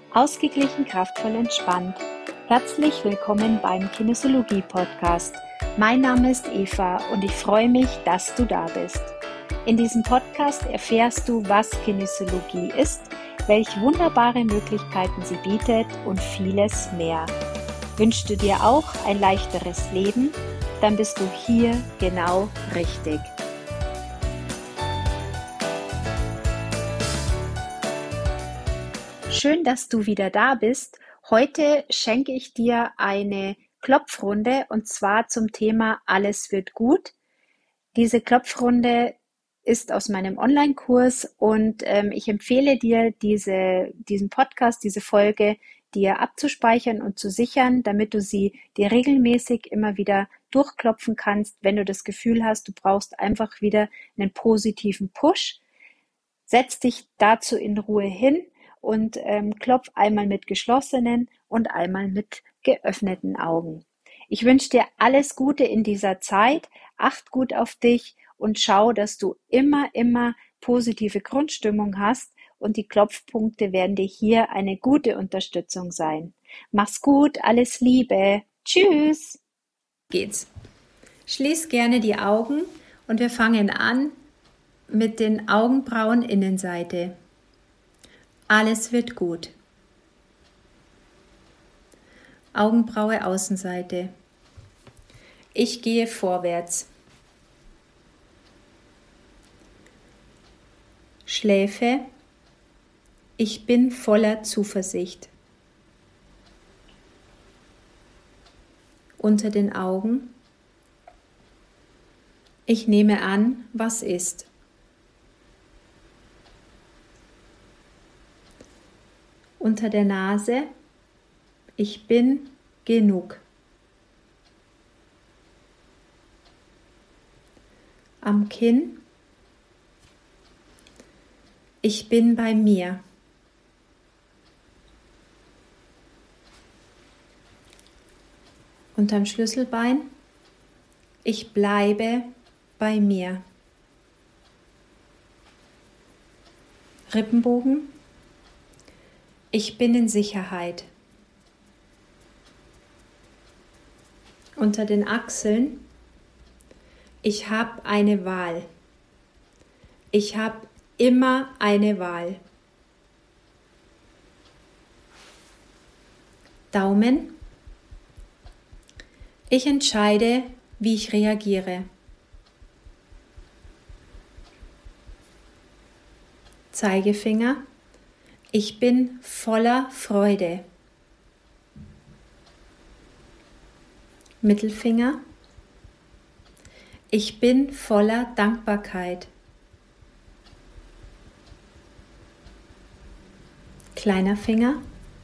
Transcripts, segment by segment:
Ausgeglichen, kraftvoll, entspannt. Herzlich willkommen beim Kinesiologie-Podcast. Mein Name ist Eva und ich freue mich, dass du da bist. In diesem Podcast erfährst du, was Kinesiologie ist, welche wunderbare Möglichkeiten sie bietet und vieles mehr. Wünschst du dir auch ein leichteres Leben? Dann bist du hier genau richtig. Schön, dass du wieder da bist. Heute schenke ich dir eine Klopfrunde und zwar zum Thema Alles wird gut. Diese Klopfrunde ist aus meinem Online-Kurs und ich empfehle dir, diesen Podcast, diese Folge dir abzuspeichern und zu sichern, damit du sie dir regelmäßig immer wieder durchklopfen kannst, wenn du das Gefühl hast, du brauchst einfach wieder einen positiven Push. Setz dich dazu in Ruhe hin und klopf einmal mit geschlossenen und einmal mit geöffneten Augen. Ich wünsche dir alles Gute in dieser Zeit, acht gut auf dich und schau, dass du immer positive Grundstimmung hast und die Klopfpunkte werden dir hier eine gute Unterstützung sein. Mach's gut, alles Liebe, tschüss! Geht's. Schließ gerne die Augen und wir fangen an mit den Augenbrauen Innenseite. Alles wird gut. Augenbraue Außenseite. Ich gehe vorwärts. Schläfe. Ich bin voller Zuversicht. Unter den Augen. Ich nehme an, was ist. Unter der Nase, ich bin genug. Am Kinn, ich bin bei mir. Unterm Schlüsselbein, ich bleibe bei mir. Rippenbogen, ich bin in Sicherheit. Unter den Achseln, ich habe eine Wahl. Ich habe immer eine Wahl. Daumen, ich entscheide, wie ich reagiere. Zeigefinger, ich bin voller Freude. Mittelfinger, ich bin voller Dankbarkeit. Kleiner Finger,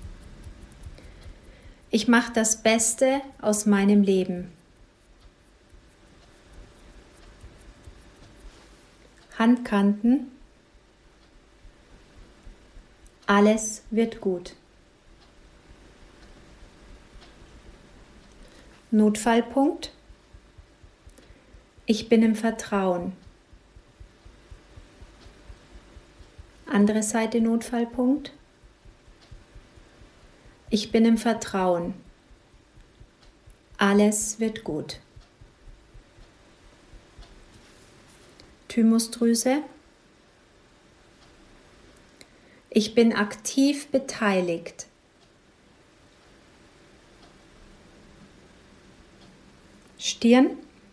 ich mache das Beste aus meinem Leben. Handkanten, alles wird gut. Notfallpunkt. Ich bin im Vertrauen. Andere Seite Notfallpunkt. Ich bin im Vertrauen. Alles wird gut. Thymusdrüse. Ich bin aktiv beteiligt. Stirn.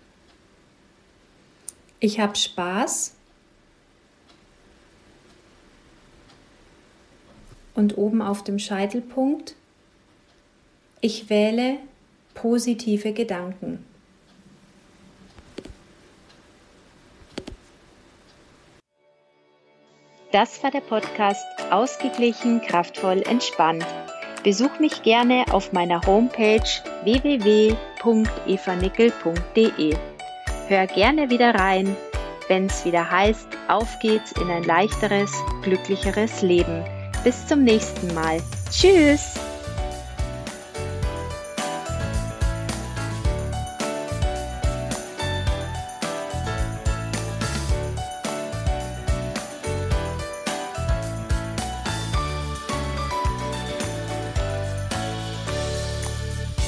Ich habe Spaß. Und oben auf dem Scheitelpunkt. Ich wähle positive Gedanken. Das war der Podcast Ausgeglichen, kraftvoll, entspannt. Besuch mich gerne auf meiner Homepage www.evanickel.de. Hör gerne wieder rein, wenn es wieder heißt, auf geht's in ein leichteres, glücklicheres Leben. Bis zum nächsten Mal. Tschüss!